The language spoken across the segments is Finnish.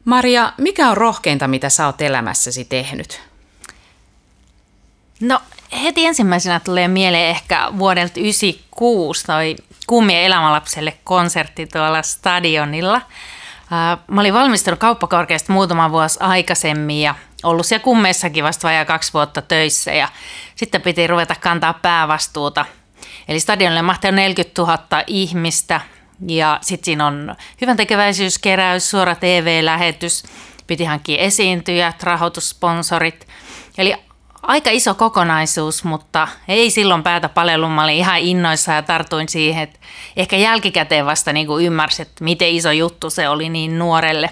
Maria, mikä on rohkeinta, mitä sä oot elämässäsi tehnyt? No heti ensimmäisenä tulee mieleen ehkä vuodelta 1996 toi Kummien elämänlapselle konsertti tuolla stadionilla. Mä olin valmistunut kauppakorkeasta muutama vuosi aikaisemmin ja ollut siellä kummeissakin vasta vajaa 2 vuotta töissä ja sitten piti ruveta kantaa päävastuuta. Eli stadionille mahtuu 40 000 ihmistä ja sitten siinä on hyväntekeväisyyskeräys, suora TV-lähetys, piti hankkia esiintyjät, rahoitussponsorit. Eli aika iso kokonaisuus, mutta ei silloin päätä palelun. Mä olin ihan innoissa ja tartuin siihen, että ehkä jälkikäteen vasta niin kuin ymmärsin, että miten iso juttu se oli niin nuorelle.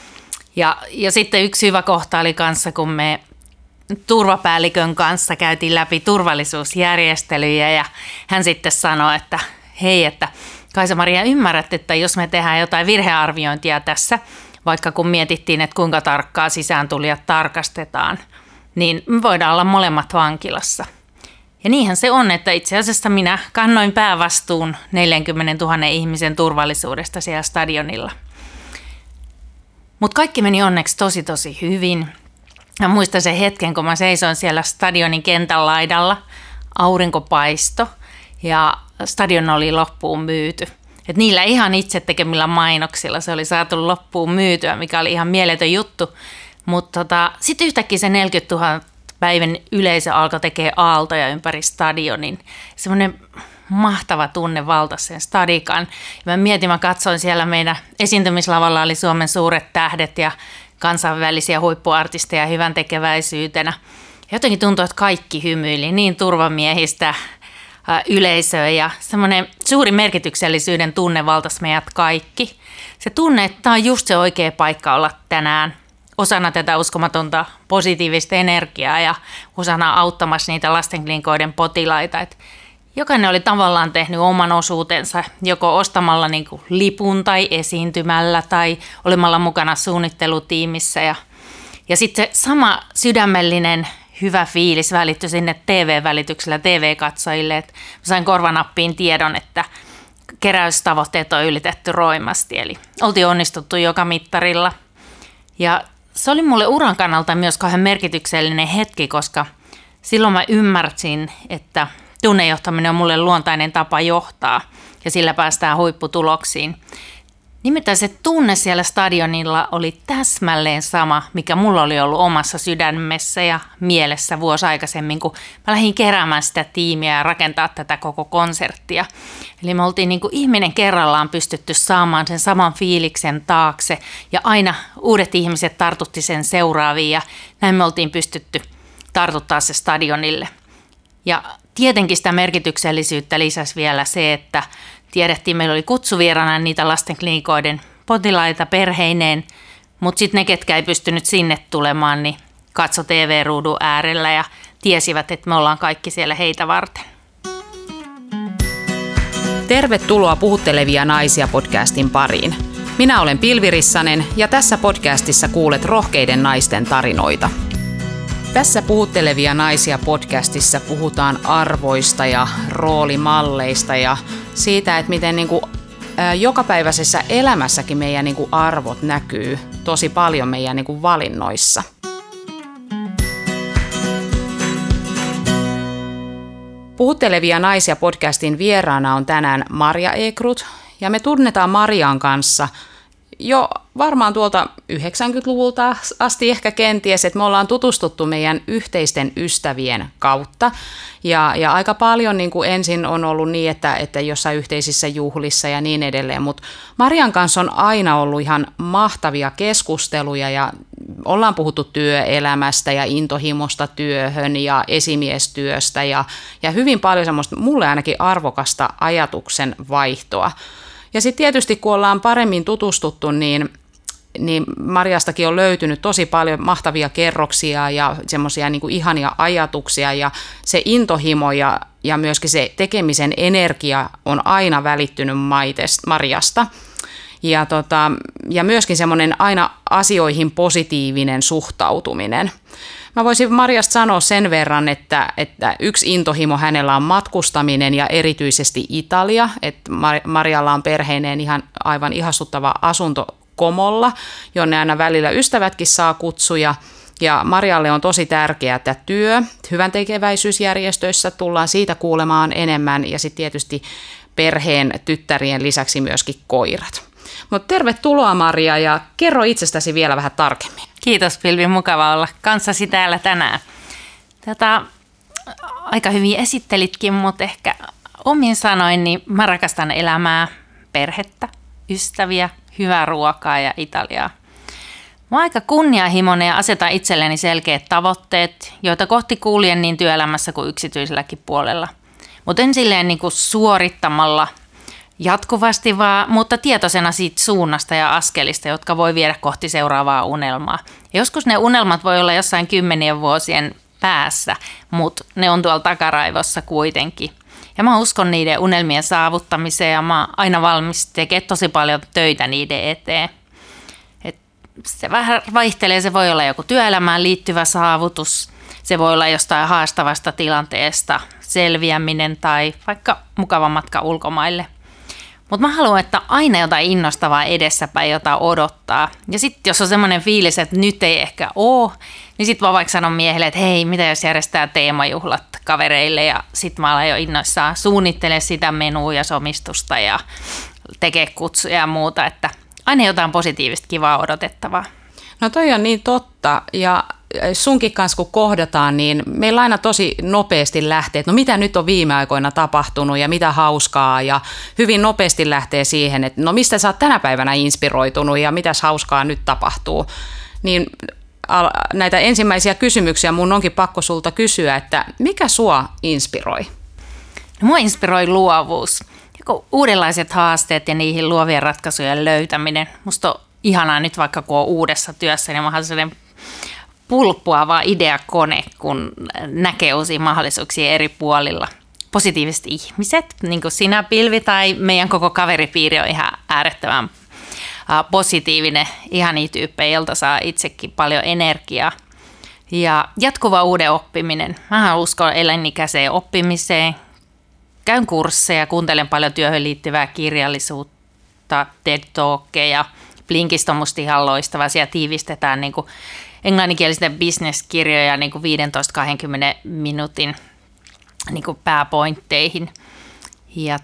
Ja sitten yksi hyvä kohta oli kanssa, kun me turvapäällikön kanssa käytiin läpi turvallisuusjärjestelyjä ja hän sitten sanoi, että hei, että Kaisa-Maria, ymmärrät, että jos me tehdään jotain virhearviointia tässä, vaikka kun mietittiin, että kuinka tarkkaa sisääntulijat tarkastetaan, niin me voidaan olla molemmat vankilassa. Ja niinhän se on, että itse asiassa minä kannoin päävastuun 40 000 ihmisen turvallisuudesta siellä stadionilla. Mutta kaikki meni onneksi tosi hyvin. Mä muistan sen hetken, kun mä seisoin siellä stadionin kentän laidalla, aurinko paisto ja stadion oli loppuun myyty. Et niillä ihan itse tekemillä mainoksilla se oli saatu loppuun myytyä, mikä oli ihan mieletön juttu. Mutta sitten yhtäkkiä se 40 000 päivän yleisö alkoi tekemään aaltoja ympäri stadionin. Semmoinen mahtava tunne valtasi sen stadikan. Ja mä katsoin siellä meidän esiintymislavalla oli Suomen suuret tähdet ja kansainvälisiä huippuartisteja hyvän tekeväisyytenä. Jotenkin tuntui, että kaikki hymyili, niin turvamiehistä yleisöä ja semmoinen suuri merkityksellisyyden tunne valtasi meidät kaikki. Se tunne, että tämä on just se oikea paikka olla tänään osana tätä uskomatonta positiivista energiaa ja osana auttamassa niitä lastenklinikoiden potilaita. Et jokainen oli tavallaan tehnyt oman osuutensa, joko ostamalla niinku lipun tai esiintymällä tai olemalla mukana suunnittelutiimissä. Ja sitten se sama sydämellinen hyvä fiilis välittyi sinne TV-välityksellä TV-katsojille. Et sain korvanappiin tiedon, että keräystavoitteet on ylitetty roimasti, eli oltiin onnistuttu joka mittarilla. Ja se oli mulle uran kannalta myös kauhean merkityksellinen hetki, koska silloin mä ymmärsin, että tunnejohtaminen on mulle luontainen tapa johtaa ja sillä päästään huipputuloksiin. Nimittäin se tunne siellä stadionilla oli täsmälleen sama, mikä mulla oli ollut omassa sydämessä ja mielessä vuosi aikaisemmin, kun mä lähdin keräämään sitä tiimiä ja rakentaa tätä koko konserttia. Eli me oltiin niin kuin ihminen kerrallaan pystytty saamaan sen saman fiiliksen taakse ja aina uudet ihmiset tartutti sen seuraaviin ja näin me oltiin pystytty tartuttaa se stadionille. Ja tietenkin sitä merkityksellisyyttä lisäsi vielä se, että tiedettiin, meillä oli kutsuvierana niitä lastenklinikoiden potilaita perheineen, mutta sitten ne, ketkä ei pystynyt sinne tulemaan, niin katso TV-ruudun äärellä ja tiesivät, että me ollaan kaikki siellä heitä varten. Tervetuloa Puhuttelevia naisia podcastin pariin. Minä olen Pilvi Rissanen ja tässä podcastissa kuulet rohkeiden naisten tarinoita. Tässä Puhuttelevia naisia podcastissa puhutaan arvoista ja roolimalleista ja siitä, että miten jokapäiväisessä elämässäkin meidän arvot näkyy tosi paljon meidän valinnoissa. Puhuttelevia naisia podcastin vieraana on tänään Marja Ekrut ja me tunnetaan Marjan kanssa jo varmaan tuolta 90-luvulta asti ehkä kenties, että me ollaan tutustuttu meidän yhteisten ystävien kautta. Ja aika paljon ensin on ollut niin, että jossain yhteisissä juhlissa ja niin edelleen, mutta Marjan kanssa on aina ollut ihan mahtavia keskusteluja ja ollaan puhuttu työelämästä ja intohimosta työhön ja esimiestyöstä ja hyvin paljon semmoista mulle ainakin arvokasta ajatuksen vaihtoa. Ja sitten tietysti kun ollaan paremmin tutustuttu, niin Marjastakin on löytynyt tosi paljon mahtavia kerroksia ja semmoisia ihania ajatuksia ja se intohimo ja myöskin se tekemisen energia on aina välittynyt Marjasta. Ja myöskin semmoinen aina asioihin positiivinen suhtautuminen. Mä voisin Marjasta sanoa sen verran, että yksi intohimo hänellä on matkustaminen ja erityisesti Italia. Että Marjalla on perheineen aivan ihastuttava asunto Komolla, jonne aina välillä ystävätkin saa kutsuja. Ja Marjalle on tosi tärkeää, että työ, hyväntekeväisyysjärjestöissä tullaan siitä kuulemaan enemmän ja sitten tietysti perheen tyttärien lisäksi myöskin koirat. Mutta tervetuloa Marja ja kerro itsestäsi vielä vähän tarkemmin. Kiitos Pilvi, mukava olla kanssasi täällä tänään. Aika hyvin esittelitkin, mutta ehkä omin sanoin, niin mä rakastan elämää, perhettä, ystäviä, hyvää ruokaa ja Italiaa. Mä oon aika kunnianhimoinen ja asetan itselleni selkeät tavoitteet, joita kohti kuljen niin työelämässä kuin yksityiselläkin puolella. Mutta en silleen niin kuin suorittamalla jatkuvasti, mutta tietoisena siitä suunnasta ja askelista, jotka voi viedä kohti seuraavaa unelmaa. Ja joskus ne unelmat voi olla jossain 10 vuosien päässä, mutta ne on tuolla takaraivossa kuitenkin. Ja mä uskon niiden unelmien saavuttamiseen ja mä oon aina valmis tekemään tosi paljon töitä niiden eteen. Se vähän vaihtelee, se voi olla joku työelämään liittyvä saavutus, se voi olla jostain haastavasta tilanteesta selviäminen tai vaikka mukava matka ulkomaille. Mutta mä haluan, että aina jotain innostavaa edessäpäin, jota odottaa. Ja sitten jos on semmoinen fiilis, että nyt ei ehkä ole, niin sitten vaan vaikka sanon miehelle, että hei, mitä jos järjestää teemajuhlat kavereille. Ja sitten mä alan jo innoissaan suunnittele sitä menua ja somistusta ja tekee kutsuja ja muuta, että aina jotain positiivista, kivaa, odotettavaa. No toi on niin totta ja sunkin kanssa kun kohdataan, niin meillä aina tosi nopeasti lähtee, että no mitä nyt on viime aikoina tapahtunut ja mitä hauskaa ja hyvin nopeasti lähtee siihen, että no mistä sä oot tänä päivänä inspiroitunut ja mitäs hauskaa nyt tapahtuu. Niin näitä ensimmäisiä kysymyksiä mun onkin pakko sulta kysyä, että mikä sua inspiroi? No, mua inspiroi luovuus. Uudenlaiset haasteet ja niihin luovien ratkaisujen löytäminen. Musta on ihanaa nyt vaikka kun on uudessa työssä, niin mä oon sellainen pulppuava ideakone, kun näkee uusia mahdollisuuksia eri puolilla. Positiiviset ihmiset, niin kuin sinä Pilvi tai meidän koko kaveripiiri on ihan äärettömän positiivinen. Ihania tyyppejä, joilta saa itsekin paljon energiaa. Ja jatkuva uuden oppiminen. Mä uskon elinikäiseen oppimiseen. Käyn kursseja, kuuntelen paljon työhön liittyvää kirjallisuutta, TED-talkkeja. Blinkista on musta ihan loistavaa. Siellä tiivistetään niin kuin englanninkielisten business-kirjoja niin kuin 15-20 minuutin niin kuin pääpointteihin. Ja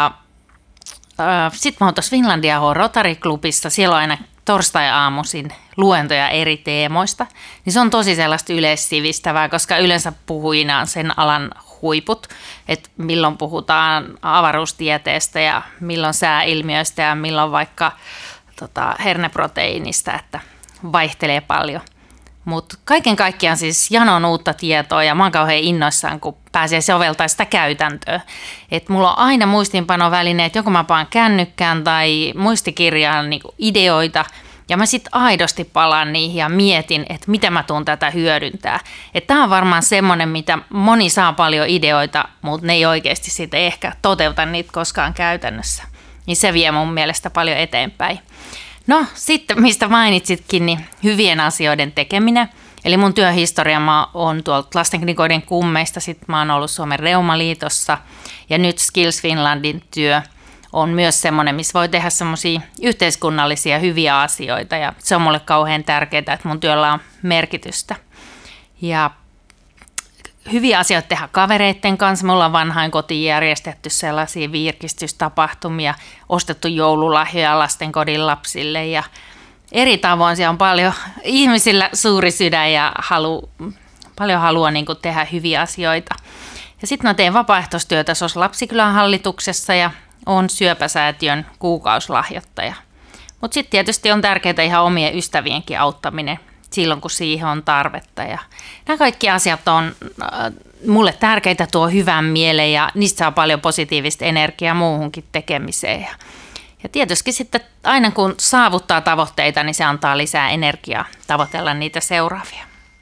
sitten mä oon tuossa Finlandia Rotary-klubissa. Siellä on aina torstai-aamuisin luentoja eri teemoista. Niin se on tosi sellaista yleissivistävää, koska yleensä puhuina on sen alan huiput, että milloin puhutaan avaruustieteestä ja milloin sääilmiöistä ja milloin vaikka herneproteiinista, että vaihtelee paljon. Mutta kaiken kaikkiaan siis janon uutta tietoa ja mä oon kauhean innoissaan, kun pääsee soveltamaan sitä käytäntöä. Et mulla on aina muistiinpanovälineet, joko mä paan kännykkään tai muistikirjaan niinku ideoita, ja mä sitten aidosti palaan niihin ja mietin, että miten mä tuun tätä hyödyntää. Tämä on varmaan semmoinen, mitä moni saa paljon ideoita, mutta ne ei oikeasti sitten ehkä toteuta niitä koskaan käytännössä. Niin se vie mun mielestä paljon eteenpäin. No sitten, mistä mainitsitkin, niin hyvien asioiden tekeminen. Eli mun työhistoria mä oon tuolta Lastenklinikoiden kummeista, sitten mä oon ollut Suomen Reumaliitossa ja nyt Skills Finlandin työ on myös semmoinen, missä voi tehdä semmoisia yhteiskunnallisia hyviä asioita ja se on mulle kauhean tärkeää, että mun työllä on merkitystä. Ja hyviä asioita tehdä kavereiden kanssa. Me ollaan vanhain kotiin järjestetty sellaisia virkistystapahtumia, ostettu joululahjoja lastenkodin lapsille ja eri tavoin siellä on paljon ihmisillä suuri sydän ja paljon halua niin kuin tehdä hyviä asioita. Ja sitten mä teen vapaaehtoistyötä SOS Lapsikylän hallituksessa ja on syöpäsäätiön kuukausilahjoittaja. Mutta sitten tietysti on tärkeää ihan omien ystävienkin auttaminen silloin, kun siihen on tarvetta. Ja nämä kaikki asiat on mulle tärkeitä, tuo hyvän mielen ja niistä saa paljon positiivista energiaa muuhunkin tekemiseen. Ja tietysti sitten aina kun saavuttaa tavoitteita, niin se antaa lisää energiaa tavoitella niitä seuraavia.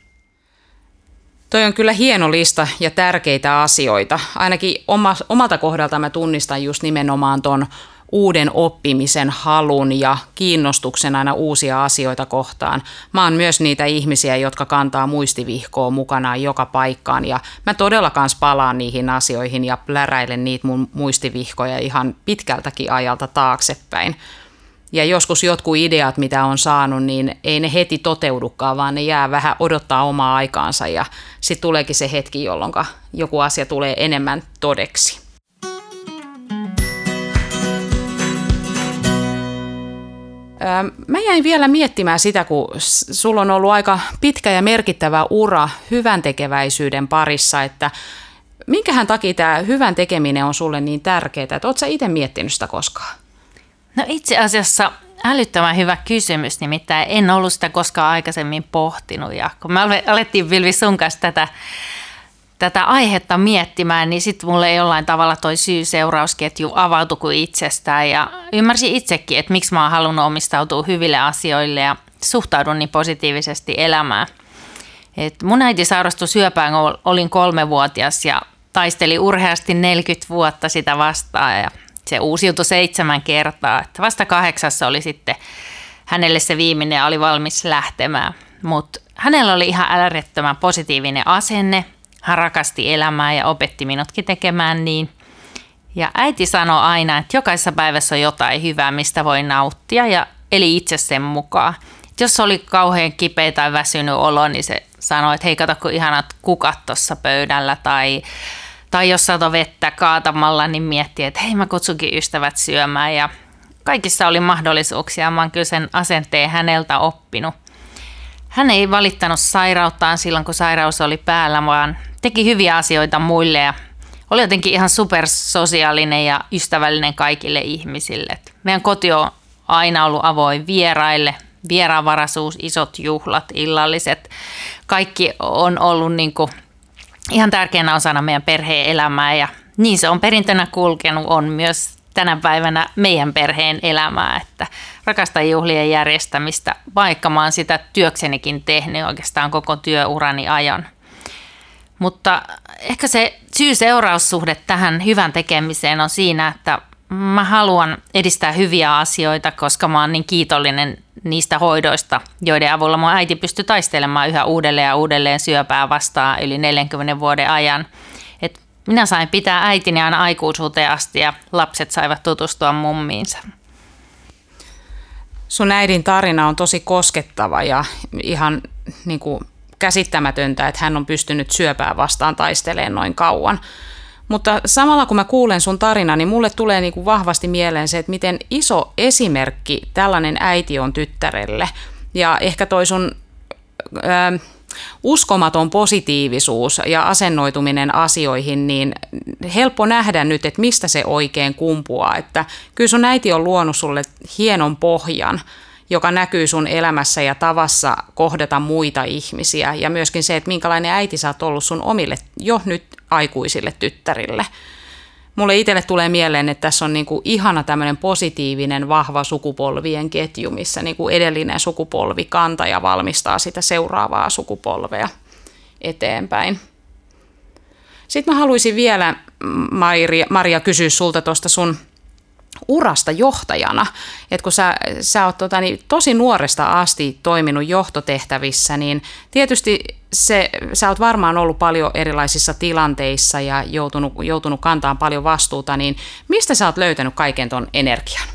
Toi on kyllä hieno lista ja tärkeitä asioita. Ainakin omalta kohdalta mä tunnistan just nimenomaan ton uuden oppimisen halun ja kiinnostuksen aina uusia asioita kohtaan. Mä oon myös niitä ihmisiä, jotka kantaa muistivihkoa mukanaan joka paikkaan ja mä todella kans palaan niihin asioihin ja pläräilen niitä mun muistivihkoja ihan pitkältäkin ajalta taaksepäin. Ja joskus jotkut ideat, mitä on saanut, niin ei ne heti toteudukaan, vaan ne jää vähän odottaa omaa aikaansa ja sitten tuleekin se hetki, jolloin joku asia tulee enemmän todeksi. Mä jäin vielä miettimään sitä, kun sulla on ollut aika pitkä ja merkittävä ura hyvän tekeväisyyden parissa, että minkähän takia tämä hyvän tekeminen on sulle niin tärkeää, että ootko sä itse miettinyt sitä koskaan? No itse asiassa älyttömän hyvä kysymys, nimittäin en ollut sitä koskaan aikaisemmin pohtinut. Ja kun me alettiin Vilvi sun kanssa tätä aihetta miettimään, niin sitten mulle jollain tavalla toi syy-seurausketju avautui kuin itsestään. Ja ymmärsin itsekin, että miksi mä oon halunnut omistautua hyville asioille ja suhtaudun niin positiivisesti elämään. Et mun äiti sairastui syöpään, kun olin 3-vuotias ja taisteli urheasti 40 vuotta sitä vastaan ja se uusiutui 7 kertaa. Että vasta 8 oli sitten hänelle se viimeinen ja oli valmis lähtemään. Mutta hänellä oli ihan äärettömän positiivinen asenne. Hän rakasti elämää ja opetti minutkin tekemään niin. Ja äiti sanoi aina, että jokaisessa päivässä on jotain hyvää, mistä voi nauttia ja eli itse sen mukaan. Et jos oli kauhean kipeä tai väsynyt olo, niin se sanoi, että hei kato kun ihanat kukat tuossa pöydällä tai jos satoi vettä kaatamalla, niin mietti, että hei mä kutsunkin ystävät syömään ja kaikissa oli mahdollisuuksia. Mä oon kyllä sen asenteen häneltä oppinut. Hän ei valittanut sairauttaan silloin, kun sairaus oli päällä, vaan teki hyviä asioita muille ja oli jotenkin ihan supersosiaalinen ja ystävällinen kaikille ihmisille. Meidän koti on aina ollut avoin vieraille, vieraanvaraisuus, isot juhlat, illalliset. Kaikki on ollut niin kuin ihan tärkeänä osana meidän perheen elämää ja niin se on perintönä kulkenut, on myös tänä päivänä meidän perheen elämää, että rakastan juhlien järjestämistä, vaikka mä oon sitä työksenikin tehnyt oikeastaan koko työurani ajan. Mutta ehkä se syy-seuraussuhde tähän hyvän tekemiseen on siinä, että mä haluan edistää hyviä asioita, koska mä oon niin kiitollinen niistä hoidoista, joiden avulla mun äiti pystyi taistelemaan yhä uudelleen ja uudelleen syöpää vastaan yli 40 vuoden ajan. Et minä sain pitää äitini aina aikuisuuteen asti ja lapset saivat tutustua mummiinsa. Sun äidin tarina on tosi koskettava ja ihan niin kuin käsittämätöntä, että hän on pystynyt syöpää vastaan taistelemaan noin kauan. Mutta samalla kun mä kuulen sun tarinaa, niin mulle tulee niin kuin vahvasti mieleen se, että miten iso esimerkki tällainen äiti on tyttärelle. Ja ehkä toi sun uskomaton positiivisuus ja asennoituminen asioihin, niin helppo nähdä nyt, että mistä se oikein kumpuaa. Että kyllä sun äiti on luonut sulle hienon pohjan, joka näkyy sun elämässä ja tavassa kohdata muita ihmisiä. Ja myöskin se, että minkälainen äiti sä oot ollut sun omille jo nyt aikuisille tyttärille. Mulle itselle tulee mieleen, että tässä on niinku ihana tämmöinen positiivinen, vahva sukupolvien ketju, missä niinku edellinen sukupolvi kantaa ja valmistaa sitä seuraavaa sukupolvea eteenpäin. Sitten mä haluaisin vielä, Maria, kysyä sulta tuosta sun urasta johtajana, että kun sä oot tosi nuoresta asti toiminut johtotehtävissä, niin tietysti sä oot varmaan ollut paljon erilaisissa tilanteissa ja joutunut kantamaan paljon vastuuta, niin mistä sä oot löytänyt kaiken ton energian?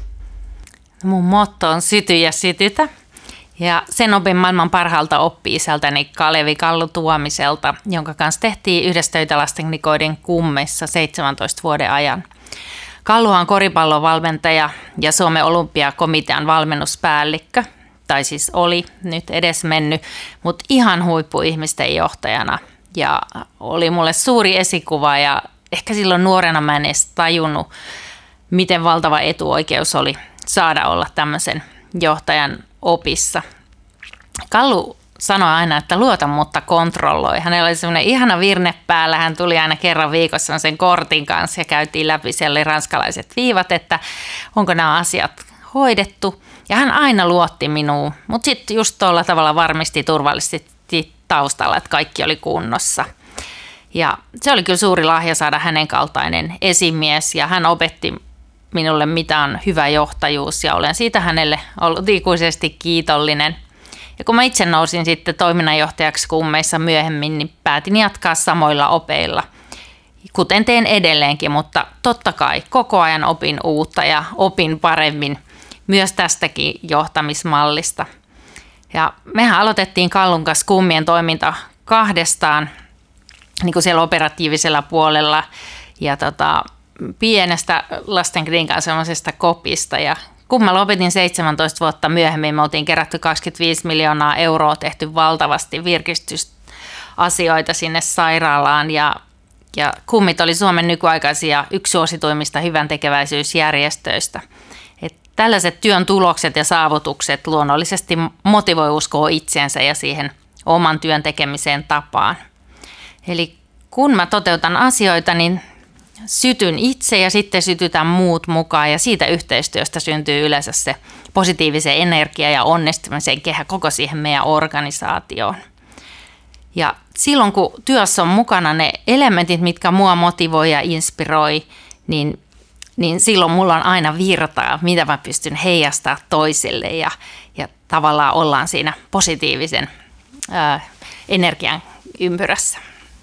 Mun motto on syty ja sytytä. Ja sen opin maailman parhaalta oppi-isältäni Kalevi Kallu Tuomiselta, jonka kanssa tehtiin yhdessä töitä lastenklikoiden kummeissa 17 vuoden ajan. Kalluhan on koripallovalmentaja ja Suomen olympiakomitean valmennuspäällikkö, tai siis oli nyt edes mennyt, mutta ihan huippuihmisten johtajana. Ja oli mulle suuri esikuva ja ehkä silloin nuorena mä en edes tajunnut, miten valtava etuoikeus oli saada olla tämmöisen johtajan opissa. Kallu sanoi aina, että luota, mutta kontrolloi. Hänellä oli semmoinen ihana virne päällä. Hän tuli aina kerran viikossa sen kortin kanssa ja käytiin läpi. Siellä oli ranskalaiset viivat, että onko nämä asiat hoidettu. Ja hän aina luotti minuun, mutta sitten just tuolla tavalla varmisti turvallisesti taustalla, että kaikki oli kunnossa. Ja se oli kyllä suuri lahja saada hänen kaltainen esimies ja hän opetti minulle, mitä on hyvä johtajuus ja olen siitä hänelle ollut ikuisesti kiitollinen. Ja kun mä itse nousin sitten toiminnanjohtajaksi kummeissa myöhemmin, niin päätin jatkaa samoilla opeilla, kuten teen edelleenkin, mutta totta kai koko ajan opin uutta ja opin paremmin, myös tästäkin johtamismallista. Ja mehän aloitettiin Kallun kanssa kummien toiminta kahdestaan niin kuin siellä operatiivisella puolella ja pienestä lastenkliinikan semmoisesta kopista. Ja kun mä lopetin 17 vuotta myöhemmin, me oltiin kerätty 25 miljoonaa euroa, tehty valtavasti virkistysasioita sinne sairaalaan ja kummit oli Suomen nykyaikaisia yksi suosituimmista hyvän tekeväisyysjärjestöistä. Tällaiset työn tulokset ja saavutukset luonnollisesti motivoi uskoa itseensä ja siihen oman työn tekemiseen tapaan. Eli kun mä toteutan asioita, niin sytyn itse ja sitten sytytän muut mukaan ja siitä yhteistyöstä syntyy yleensä se positiivisen energia ja onnistumisen kehä koko siihen meidän organisaatioon. Ja silloin kun työssä on mukana ne elementit, mitkä mua motivoi ja inspiroi, niin silloin mulla on aina virtaa, mitä mä pystyn heijastamaan toisille ja tavallaan ollaan siinä positiivisen energian ympyrässä.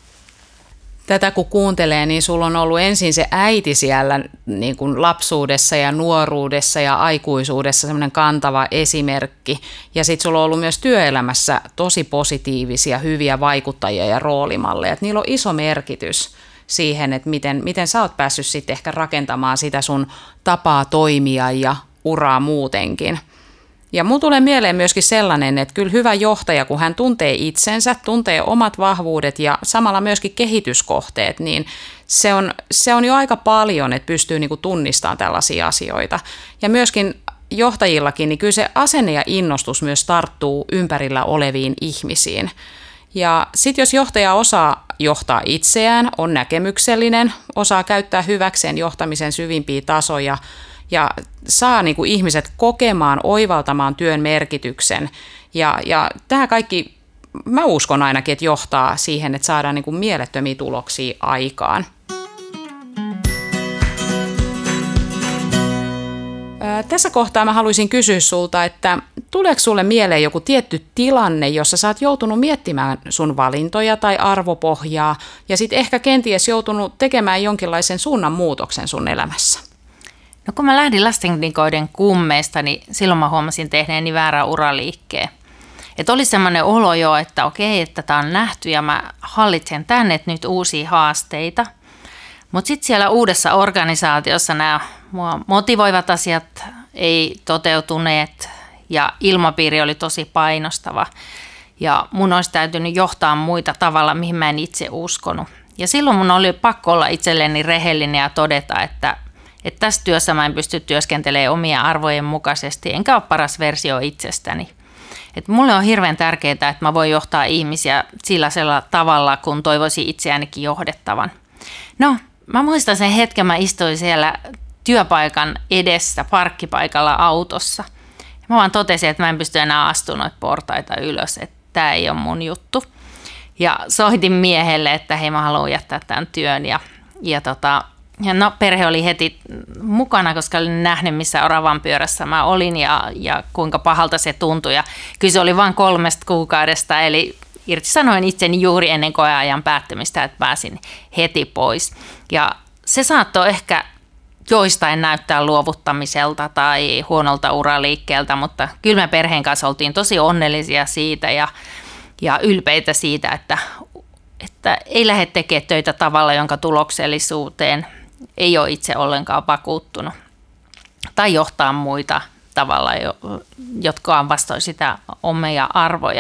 Tätä kun kuuntelee, niin sulla on ollut ensin se äiti siellä niin kuin lapsuudessa ja nuoruudessa ja aikuisuudessa semmoinen kantava esimerkki. Ja sitten sulla on ollut myös työelämässä tosi positiivisia, hyviä vaikuttajia ja roolimalleja. Et niillä on iso merkitys siihen, että miten sä oot päässyt sitten ehkä rakentamaan sitä sun tapaa toimia ja uraa muutenkin. Ja mun tulee mieleen myöskin sellainen, että kyllä hyvä johtaja, kun hän tuntee itsensä, tuntee omat vahvuudet ja samalla myöskin kehityskohteet, niin se on jo aika paljon, että pystyy niinku tunnistamaan tällaisia asioita. Ja myöskin johtajillakin, niin kyllä se asenne ja innostus myös tarttuu ympärillä oleviin ihmisiin. Ja sitten jos johtaja osaa johtaa itseään, on näkemyksellinen, osaa käyttää hyväkseen johtamisen syvimpiä tasoja ja saa niin kuin ihmiset kokemaan, oivaltamaan työn merkityksen. Ja tämä kaikki, mä uskon ainakin, että johtaa siihen, että saadaan niin kuin mielettömiä tuloksia aikaan. Tässä kohtaa mä haluaisin kysyä sulta, että tuleeko sulle mieleen joku tietty tilanne, jossa sä oot joutunut miettimään sun valintoja tai arvopohjaa ja sitten ehkä kenties joutunut tekemään jonkinlaisen suunnanmuutoksen sun elämässä? No kun mä lähdin lastenklinikoiden kummeista, niin silloin mä huomasin tehneeni väärän uraliikkeen. Että oli semmoinen olo jo, että okei, että tää on nähty ja mä hallitsen tänne nyt uusia haasteita. Mutta sitten siellä uudessa organisaatiossa nämä mua motivoivat asiat ei toteutuneet ja ilmapiiri oli tosi painostava. Ja mun olisi täytynyt johtaa muita tavalla, mihin mä en itse uskonut. Ja silloin mun oli pakko olla itselleni rehellinen ja todeta, että tässä työssä mä en pysty työskentelemään omien arvojen mukaisesti, enkä ole paras versio itsestäni. Et mulle on hirveän tärkeää, että mä voin johtaa ihmisiä sellaisella tavalla, kun toivoisin itseänikin johdettavan. No, mä muistan sen hetken, mä istuin siellä työpaikan edessä, parkkipaikalla autossa. Mä vaan totesin, että mä en pysty enää astumaan noita portaita ylös, että tää ei ole mun juttu. Ja soitin miehelle, että hei, mä haluan jättää tämän työn. Ja perhe oli heti mukana, koska olin nähnyt, missä oravan pyörässä mä olin ja kuinka pahalta se tuntui. Ja kyllä se oli vain 3 kuukaudesta, eli irtisanoin itseni juuri ennen koeajan päättymistä, että pääsin heti pois. Ja se saattoi ehkä joistain näyttää luovuttamiselta tai huonolta uraliikkeeltä, mutta kyllä me perheen kanssa oltiin tosi onnellisia siitä ja ylpeitä siitä, että ei lähde tekemään töitä tavalla, jonka tuloksellisuuteen ei ole itse ollenkaan vakuuttunut. Tai johtaa muita tavalla, jotka on vastoin sitä omia arvoja.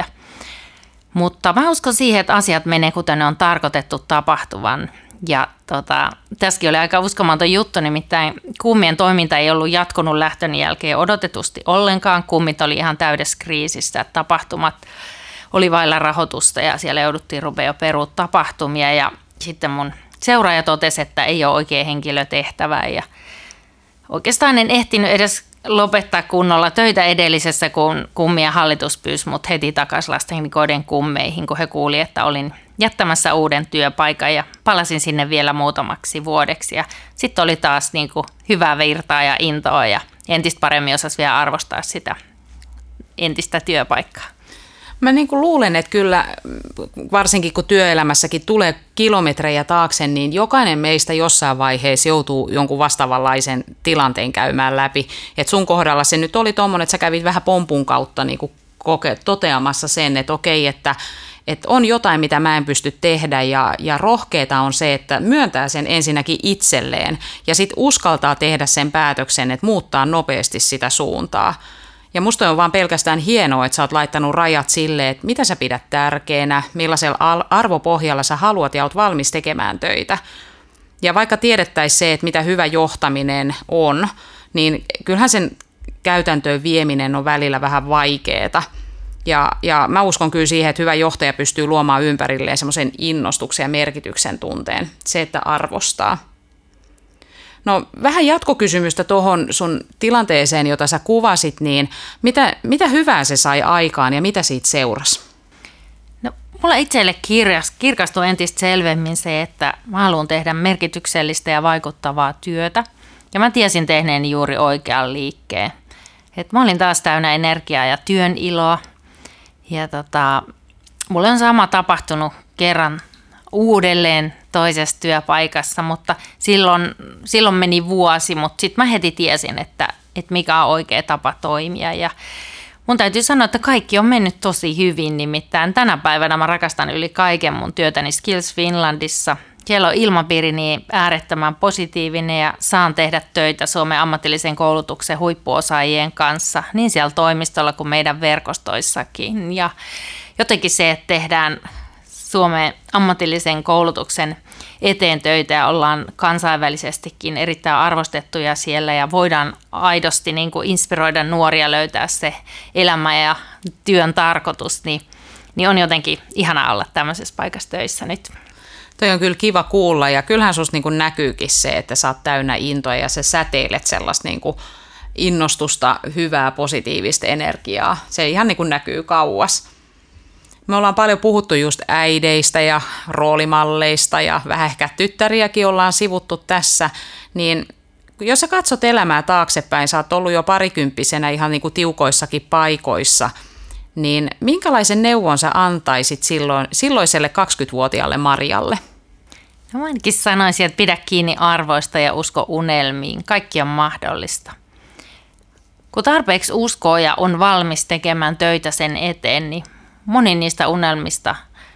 Mutta mä uskon siihen, että asiat menee, kuten ne on tarkoitettu tapahtuvan. Ja tässäkin oli aika uskomaton juttu, nimittäin kummien toiminta ei ollut jatkunut lähtöni jälkeen odotetusti ollenkaan. Kummit oli ihan täydessä kriisissä, tapahtumat oli vailla rahoitusta ja siellä jouduttiin rupeaa peruut tapahtumia ja sitten mun seuraaja totesi, että ei ole oikea henkilö tehtävää ja oikeastaan en ehtinyt edes lopettaa kunnolla töitä edellisessä, kun kummien hallitus pyysi mut heti takaisin lastenklinikoiden kummeihin, kun he kuuli, että olin jättämässä uuden työpaikan ja palasin sinne vielä muutamaksi vuodeksi ja sitten oli taas niin kuin hyvää virtaa ja intoa ja entistä paremmin osasi vielä arvostaa sitä entistä työpaikkaa. Mä niin kuin luulen, että kyllä varsinkin kun työelämässäkin tulee kilometrejä taakse, niin jokainen meistä jossain vaiheessa joutuu jonkun vastaavanlaisen tilanteen käymään läpi. Et sun kohdalla se nyt oli tommoinen, että sä kävit vähän pompun kautta niin kuin toteamassa sen, että okei, että on jotain, mitä mä en pysty tehdä ja rohkeeta on se, että myöntää sen ensinnäkin itselleen ja sitten uskaltaa tehdä sen päätöksen, että muuttaa nopeasti sitä suuntaa. Ja musta on vaan pelkästään hienoa, että sä oot laittanut rajat sille, että mitä sä pidät tärkeänä, millaisella arvopohjalla sä haluat ja oot valmis tekemään töitä. Ja vaikka tiedettäisiin se, että mitä hyvä johtaminen on, niin kyllähän sen käytäntöön vieminen on välillä vähän vaikeeta. Ja mä uskon kyllä siihen, että hyvä johtaja pystyy luomaan ympärilleen semmoisen innostuksen ja merkityksen tunteen, se, että arvostaa. No vähän jatkokysymystä tuohon sun tilanteeseen, jota sä kuvasit, niin mitä hyvää se sai aikaan ja mitä siitä seurasi? No, mulla itselle kirkastui entistä selvemmin se, että mä haluan tehdä merkityksellistä ja vaikuttavaa työtä. Ja mä tiesin tehneeni juuri oikean liikkeen. Et mä olin taas täynnä energiaa ja työn iloa. Ja mulle on sama tapahtunut kerran uudelleen toisessa työpaikassa, mutta silloin meni vuosi, mutta sitten mä heti tiesin, että mikä on oikea tapa toimia. Ja mun täytyy sanoa, että kaikki on mennyt tosi hyvin, nimittäin tänä päivänä mä rakastan yli kaiken mun työtäni Skills Finlandissa. Siellä on ilmapiiri niin äärettömän positiivinen ja saan tehdä töitä Suomen ammatillisen koulutuksen huippuosaajien kanssa, niin siellä toimistolla kuin meidän verkostoissakin. Ja jotenkin se, että tehdään Suomen ammatillisen koulutuksen eteen töitä ja ollaan kansainvälisestikin erittäin arvostettuja siellä ja voidaan aidosti niin kuin inspiroida nuoria löytää se elämä ja työn tarkoitus, niin on jotenkin ihana olla tämmöisessä paikassa töissä nyt. Toi on kyllä kiva kuulla ja kyllähän susta niin kuin näkyykin se, että sä oot täynnä intoa ja sä säteilet sellaista niin kuin innostusta, hyvää, positiivista energiaa. Se ihan niin kuin näkyy kauas. Me ollaan paljon puhuttu just äideistä ja roolimalleista ja vähän ehkä tyttäriäkin ollaan sivuttu tässä, niin jos sä katsot elämää taaksepäin, sä oot ollut jo parikymppisenä ihan niin kuin tiukoissakin paikoissa, niin minkälaisen neuvon sä antaisit silloiselle 20-vuotiaalle Marjalle? No mä ainakin sanoisin, että pidä kiinni arvoista ja usko unelmiin. Kaikki on mahdollista. Kun tarpeeksi uskoo ja on valmis tekemään töitä sen eteen, niin moni niistä unelmista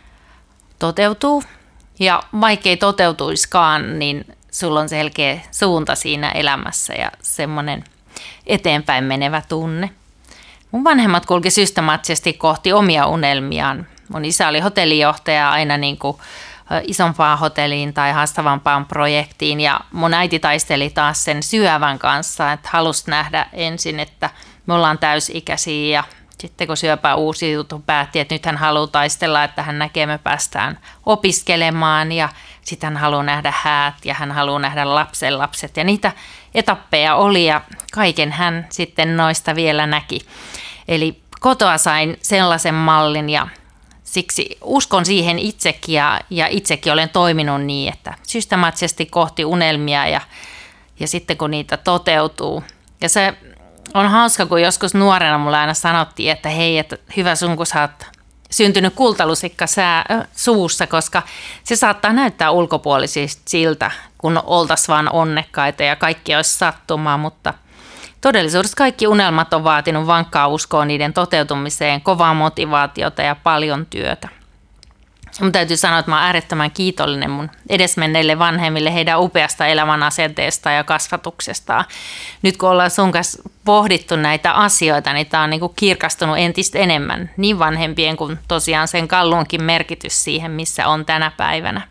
toteutuu. Ja vaikkei toteutuiskaan, niin sulla on selkeä suunta siinä elämässä ja semmoinen eteenpäin menevä tunne. Mun vanhemmat kulki systemaattisesti kohti omia unelmiaan. Mun isä oli hotellijohtaja aina niin kuin isompaan hotelliin tai haastavampaan projektiin ja mun äiti taisteli taas sen syövän kanssa, että halusi nähdä ensin, että me ollaan täysikäisiä ja sitten kun syöpä uusiutui, päätti, että nyt hän haluaa taistella, että hän näkee, me päästään opiskelemaan ja sitten hän haluaa nähdä häät ja hän haluaa nähdä lapsenlapset ja niitä etappeja oli ja kaiken hän sitten noista vielä näki. Eli kotoa sain sellaisen mallin ja siksi uskon siihen itsekin ja itsekin olen toiminut niin, että systemaattisesti kohti unelmia ja sitten kun niitä toteutuu. Ja se on hauska, kun joskus nuorena mulle aina sanottiin, että hei, että hyvä sun, kun sä oot syntynyt kultalusikka suussa, koska se saattaa näyttää ulkopuolisesti siltä, kun oltaisiin vaan onnekkaita ja kaikki olisi sattumaa, mutta todellisuudessa kaikki unelmat on vaatinut vankkaa uskoa niiden toteutumiseen, kovaa motivaatiota ja paljon työtä. Mun täytyy sanoa, että mä oon äärettömän kiitollinen mun edesmenneille vanhemmille heidän upeasta elämän asenteesta ja kasvatuksestaan. Nyt kun ollaan sun kanssa pohdittu näitä asioita, niin tää on niinku kirkastunut entistä enemmän niin vanhempien kuin tosiaan sen Kallunkin merkitys siihen, missä on tänä päivänä.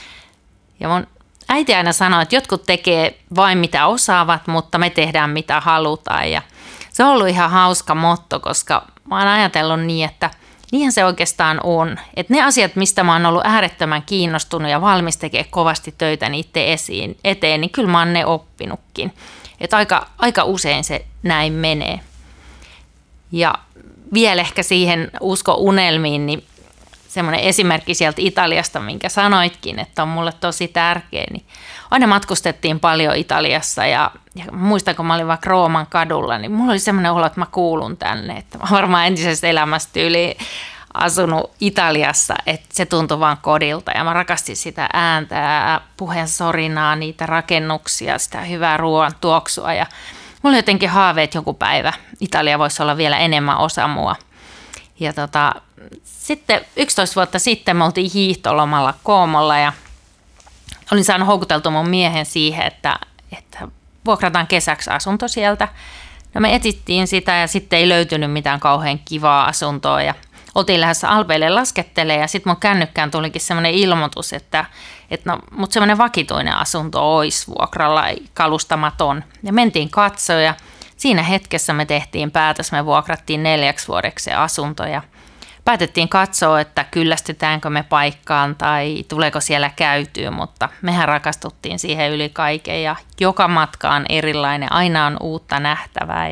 Ja mun äiti aina sanoi, että jotkut tekee vain mitä osaavat, mutta me tehdään mitä halutaan. Ja se on ollut ihan hauska motto, koska mä oon ajatellut niin, että niinhän se oikeastaan on. Että ne asiat, mistä mä oon ollut äärettömän kiinnostunut ja valmis tekemään kovasti töitä niiden eteen, niin kyllä mä oon ne oppinutkin. Että aika usein se näin menee. Ja vielä ehkä siihen usko unelmiin, niin semmoinen esimerkki sieltä Italiasta, minkä sanoitkin, että on mulle tosi tärkeä. Niin aina matkustettiin paljon Italiassa ja muistan, kun mä olin vaikka Rooman kadulla, niin mulla oli semmoinen olo, että mä kuulun tänne. Että mä varmaan entisestä elämästä yli asunut Italiassa, että se tuntui vaan kodilta ja mä rakastin sitä ääntä ja puheen sorinaa, niitä rakennuksia, sitä hyvää ruoan tuoksua ja mulla oli jotenkin haaveet joku päivä. Italia voisi olla vielä enemmän osa mua. Ja sitten 11 vuotta sitten me oltiin hiihtolomalla Koomolla ja olin saanut houkuteltua mun miehen siihen, että vuokrataan kesäksi asunto sieltä. No me etsittiin sitä ja sitten ei löytynyt mitään kauhean kivaa asuntoa ja oltiin lähdössä Alpeille laskettelemaan ja sitten mun kännykkään tulikin semmoinen ilmoitus, että mutta semmoinen vakituinen asunto olisi vuokralla, kalustamaton. Ja mentiin katsoa ja siinä hetkessä me tehtiin päätös, me vuokrattiin 4 vuodeksi se asunto ja päätettiin katsoa, että kyllästytäänkö me paikkaan tai tuleeko siellä käytyä, mutta mehän rakastuttiin siihen yli kaiken ja joka matka on erilainen, aina on uutta nähtävää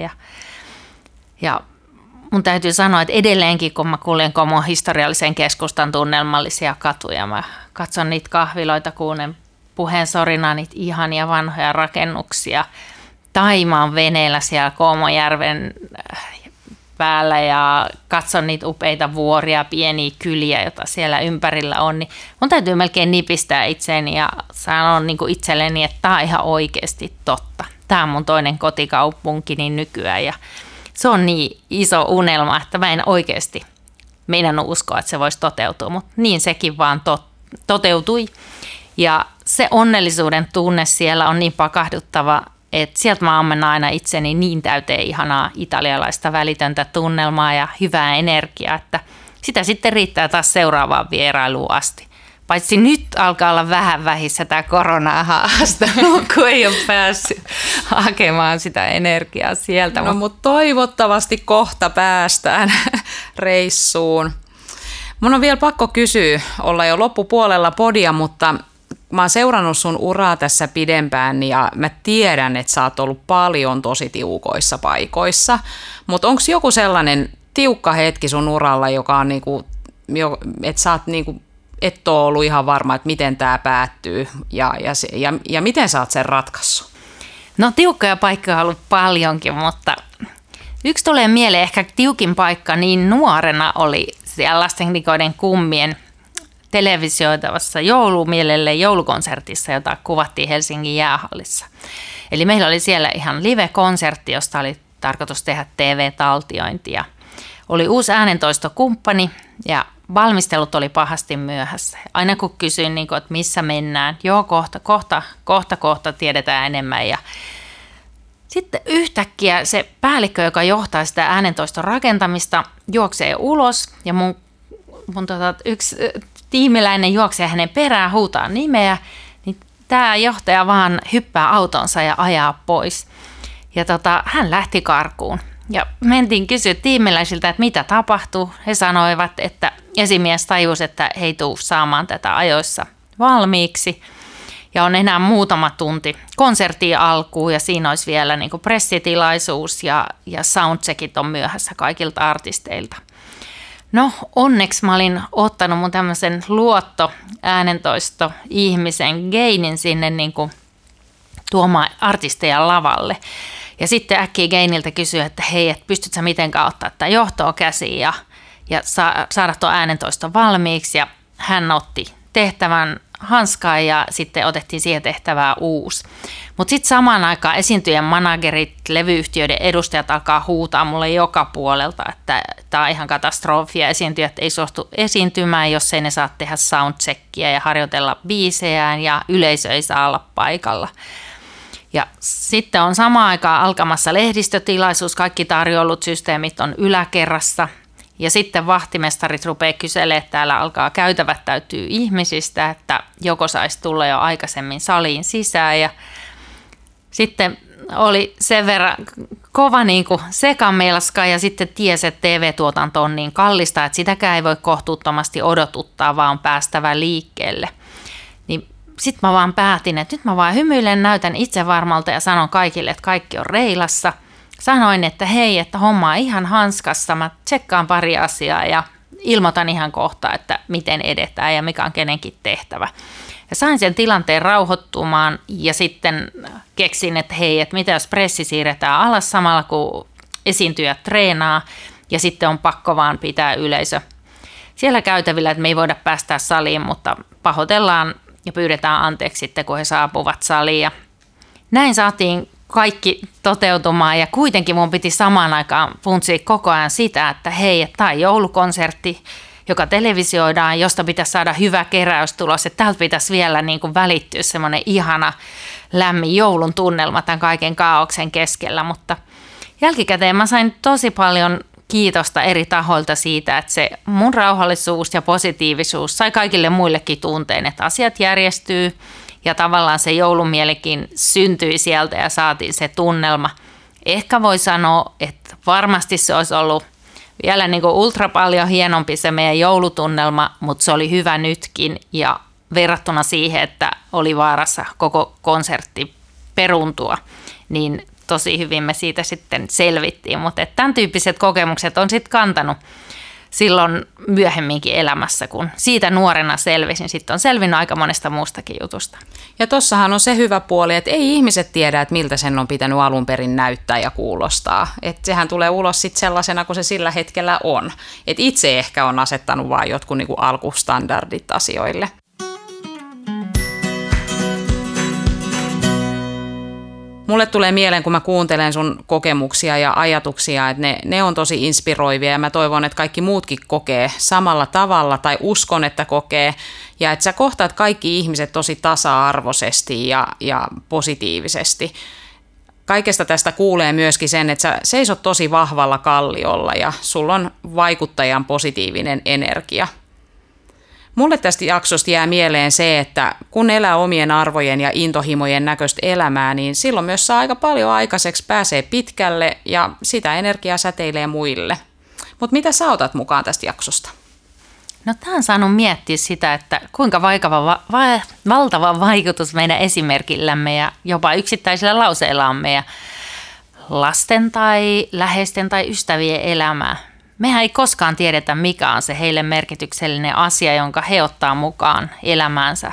ja mun täytyy sanoa, että edelleenkin kun mä kuljen Komon historiallisen keskustan tunnelmallisia katuja, mä katson niitä kahviloita, kuulen puheen sorinaa niitä ihania vanhoja rakennuksia, Taimaan veneellä siellä Koomojärven päällä ja katson niitä upeita vuoria, pieniä kyliä, joita siellä ympärillä on, niin mun täytyy melkein nipistää itseäni ja sanoa niin kuin itselleni, että tämä on ihan oikeasti totta. Tämä on mun toinen kotikaupunkini nykyään ja se on niin iso unelma, että mä en oikeasti meinannut uskoa, että se voisi toteutua, mutta niin sekin vaan toteutui. Ja se onnellisuuden tunne siellä on niin pakahduttava, että sieltä mä ammennan aina itseni niin täyteen ihanaa italialaista välitöntä tunnelmaa ja hyvää energiaa, että sitä sitten riittää taas seuraavaan vierailuun asti. Paitsi nyt alkaa olla vähän vähissä tämä korona haastanut, kun ei ole päässyt hakemaan sitä energiaa sieltä. No mutta toivottavasti kohta päästään reissuun. Mun on vielä pakko kysyä, olla jo loppupuolella podia, mutta mä oon seurannut sun uraa tässä pidempään ja mä tiedän, että sä oot ollut paljon tosi tiukoissa paikoissa, mutta onko joku sellainen tiukka hetki sun uralla, joka on niinku, että sä oot niinku, et ole ollut ihan varma, että miten tämä päättyy ja miten sä oot sen ratkaissut? No tiukkoja paikkoja on ollut paljonkin, mutta yksi tulee mieleen ehkä tiukin paikka niin nuorena oli siellä Lastenrikoiden kummien televisioitavassa joulumielelle joulukonsertissa, jota kuvattiin Helsingin jäähallissa. Eli meillä oli siellä ihan live-konsertti, josta oli tarkoitus tehdä TV-taltiointia. Oli uusi äänentoistokumppani ja valmistelut oli pahasti myöhässä. Aina kun kysyin, että missä mennään, joo kohta tiedetään enemmän. Ja sitten yhtäkkiä se päällikkö, joka johtaa sitä äänentoiston rakentamista, juoksee ulos ja mun yksi tiimiläinen juoksee hänen perään, huutaa nimeä, niin tämä johtaja vaan hyppää autonsa ja ajaa pois. Ja hän lähti karkuun. Ja mentiin kysyä tiimiläisiltä, että mitä tapahtuu. He sanoivat, että esimies tajusi, että he ei tule saamaan tätä ajoissa valmiiksi. Ja on enää muutama tunti konserttiin alkuun ja siinä olisi vielä niin kuin pressitilaisuus ja soundcheckit on myöhässä kaikilta artisteilta. No onneksi mä olin ottanut mun tämmöisen luottoäänentoisto-ihmisen Gainin sinne niin kuin tuomaan artisteja lavalle. Ja sitten äkkiä Gainilta kysyi, että hei, et pystytkö sä mitenkään ottaa tätä johtoa käsiin ja saada tuon äänentoiston valmiiksi. Ja hän otti tehtävän hanskaan ja sitten otettiin siihen tehtävää uusi. Mutta sitten samaan aikaan esiintyjän managerit, levyyhtiöiden edustajat alkaa huutaa mulle joka puolelta, että tämä on ihan katastrofia. Esiintyjät ei suostu esiintymään, jos ei ne saa tehdä soundcheckia ja harjoitella biisejään ja yleisö ei saa olla paikalla. Ja sitten on samaan aikaan alkamassa lehdistötilaisuus, kaikki tarjollut systeemit on yläkerrassa. Ja sitten vahtimestarit rupeaa kyselemään, että täällä alkaa käytävät täytyy ihmisistä, että joko saisi tulla jo aikaisemmin saliin sisään. Ja sitten oli sen verran kova niin kuin sekamelska ja sitten tiesi, että TV-tuotanto on niin kallista, että sitäkään ei voi kohtuuttomasti odotuttaa, vaan on päästävä liikkeelle. Niin sitten mä vaan päätin, että nyt mä vaan hymyilen, näytän itsevarmalta ja sanon kaikille, että kaikki on reilassa. Sanoin, että hei, että homma on ihan hanskassa, mä tsekkaan pari asiaa ja ilmoitan ihan kohta, että miten edetään ja mikä on kenenkin tehtävä. Ja sain sen tilanteen rauhoittumaan ja sitten keksin, että hei, että mitä jos pressi siirretään alas samalla kun esiintyjät treenaa ja sitten on pakko vaan pitää yleisö siellä käytävillä, että me ei voida päästää saliin, mutta pahoitellaan ja pyydetään anteeksi sitten, kun he saapuvat saliin. Ja näin saatiin kaikki toteutumaan ja kuitenkin mun piti samaan aikaan funtsia koko ajan sitä, että hei, tämä on joulukonsertti, joka televisioidaan, josta pitäisi saada hyvä keräystulos, että täältä pitäisi vielä niin kuin välittyä semmoinen ihana lämmin joulun tunnelma tämän kaiken kaaoksen keskellä, mutta jälkikäteen mä sain tosi paljon kiitosta eri tahoilta siitä, että se mun rauhallisuus ja positiivisuus sai kaikille muillekin tunteen, että asiat järjestyy ja tavallaan se joulumielikin syntyi sieltä ja saatiin se tunnelma. Ehkä voi sanoa, että varmasti se olisi ollut vielä niin kuin ultra paljon hienompi se meidän joulutunnelma, mutta se oli hyvä nytkin ja verrattuna siihen, että oli vaarassa koko konsertti peruntua, niin tosi hyvin me siitä sitten selvittiin. Mutta tämän tyyppiset kokemukset on sitten kantanut silloin myöhemminkin elämässä, kun siitä nuorena selvisin. Sitten on selvinnyt aika monesta muustakin jutusta. Ja tossahan on se hyvä puoli, että ei ihmiset tiedä, että miltä sen on pitänyt alun perin näyttää ja kuulostaa. Että sehän tulee ulos sitten sellaisena, kuin se sillä hetkellä on. Että itse ehkä on asettanut vain jotkut niinku alkustandardit asioille. Mulle tulee mieleen, kun mä kuuntelen sun kokemuksia ja ajatuksia, että ne on tosi inspiroivia ja mä toivon, että kaikki muutkin kokee samalla tavalla tai uskon, että kokee ja että sä kohtaat kaikki ihmiset tosi tasa-arvoisesti ja positiivisesti. Kaikesta tästä kuulee myöskin sen, että sä seisot tosi vahvalla kalliolla ja sulla on vaikuttajan positiivinen energia. Mulle tästä jaksosta jää mieleen se, että kun elää omien arvojen ja intohimojen näköistä elämää, niin silloin myös saa aika paljon aikaiseksi, pääsee pitkälle ja sitä energiaa säteilee muille. Mutta mitä sä otat mukaan tästä jaksosta? No tämä on saanut miettiä sitä, että kuinka valtava vaikutus meidän esimerkillämme ja jopa yksittäisillä lauseillamme ja lasten tai läheisten tai ystävien elämää. Mehän ei koskaan tiedetä, mikä on se heille merkityksellinen asia, jonka he ottaa mukaan elämäänsä.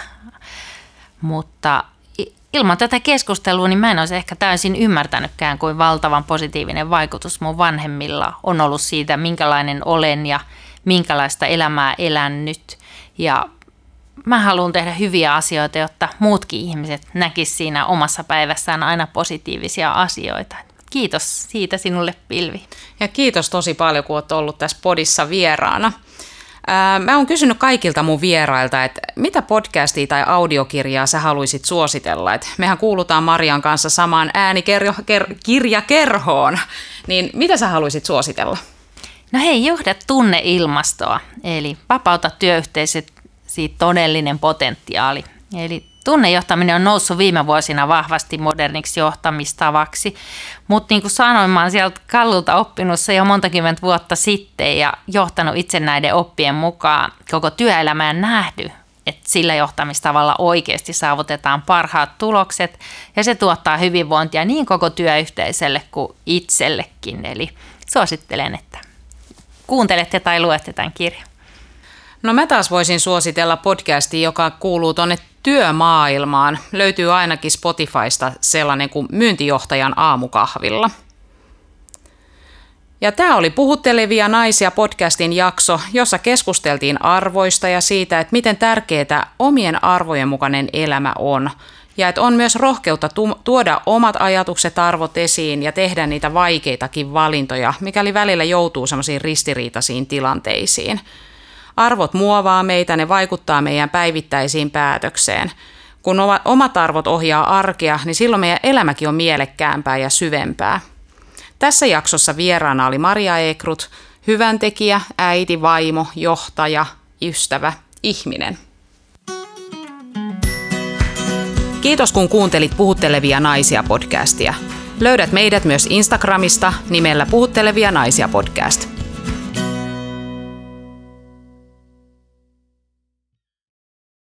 Mutta ilman tätä keskustelua niin mä en olisi ehkä täysin ymmärtänytkään, kuin valtavan positiivinen vaikutus mun vanhemmilla on ollut siitä, minkälainen olen ja minkälaista elämää elän nyt. Ja mä haluan tehdä hyviä asioita, jotta muutkin ihmiset näkisivät siinä omassa päivässään aina positiivisia asioita. Kiitos siitä sinulle, Pilvi. Ja kiitos tosi paljon, kun olet ollut tässä podissa vieraana. Mä oon kysynyt kaikilta mun vierailta, että mitä podcastia tai audiokirjaa sä haluaisit suositella. Et mehän kuulutaan Marian kanssa samaan äänikirjakerhoon, niin mitä sä haluaisit suositella? No hei, johda tunneilmastoa, eli vapauta työyhteisöt siitä todellinen potentiaali. Eli tunnejohtaminen on noussut viime vuosina vahvasti moderniksi johtamistavaksi, mutta niin kuin sanoin, mä oon sieltä kallulta oppinut se jo montakymmentä vuotta sitten ja johtanut itse näiden oppien mukaan koko työelämään nähdy, että sillä johtamistavalla oikeasti saavutetaan parhaat tulokset ja se tuottaa hyvinvointia niin koko työyhteisölle kuin itsellekin. Eli suosittelen, että kuuntelette tai luette tämän kirjan. No mä taas voisin suositella podcastia, joka kuuluu tuonne työmaailmaan. Löytyy ainakin Spotifysta sellainen kuin Myyntijohtajan aamukahvilla. Ja tämä oli Puhuttelevia naisia podcastin jakso, jossa keskusteltiin arvoista ja siitä, että miten tärkeää omien arvojen mukainen elämä on. Ja että on myös rohkeutta tuoda omat ajatukset, arvot esiin ja tehdä niitä vaikeitakin valintoja, mikäli välillä joutuu semmoisiin ristiriitaisiin tilanteisiin. Arvot muovaa meitä, ne vaikuttaa meidän päivittäisiin päätökseen. Kun omat arvot ohjaa arkea, niin silloin meidän elämäkin on mielekkäämpää ja syvempää. Tässä jaksossa vieraana oli Maria Ekrut, hyväntekijä, äiti, vaimo, johtaja, ystävä, ihminen. Kiitos kun kuuntelit Puhuttelevia naisia podcastia. Löydät meidät myös Instagramista nimellä Puhuttelevia naisia podcast.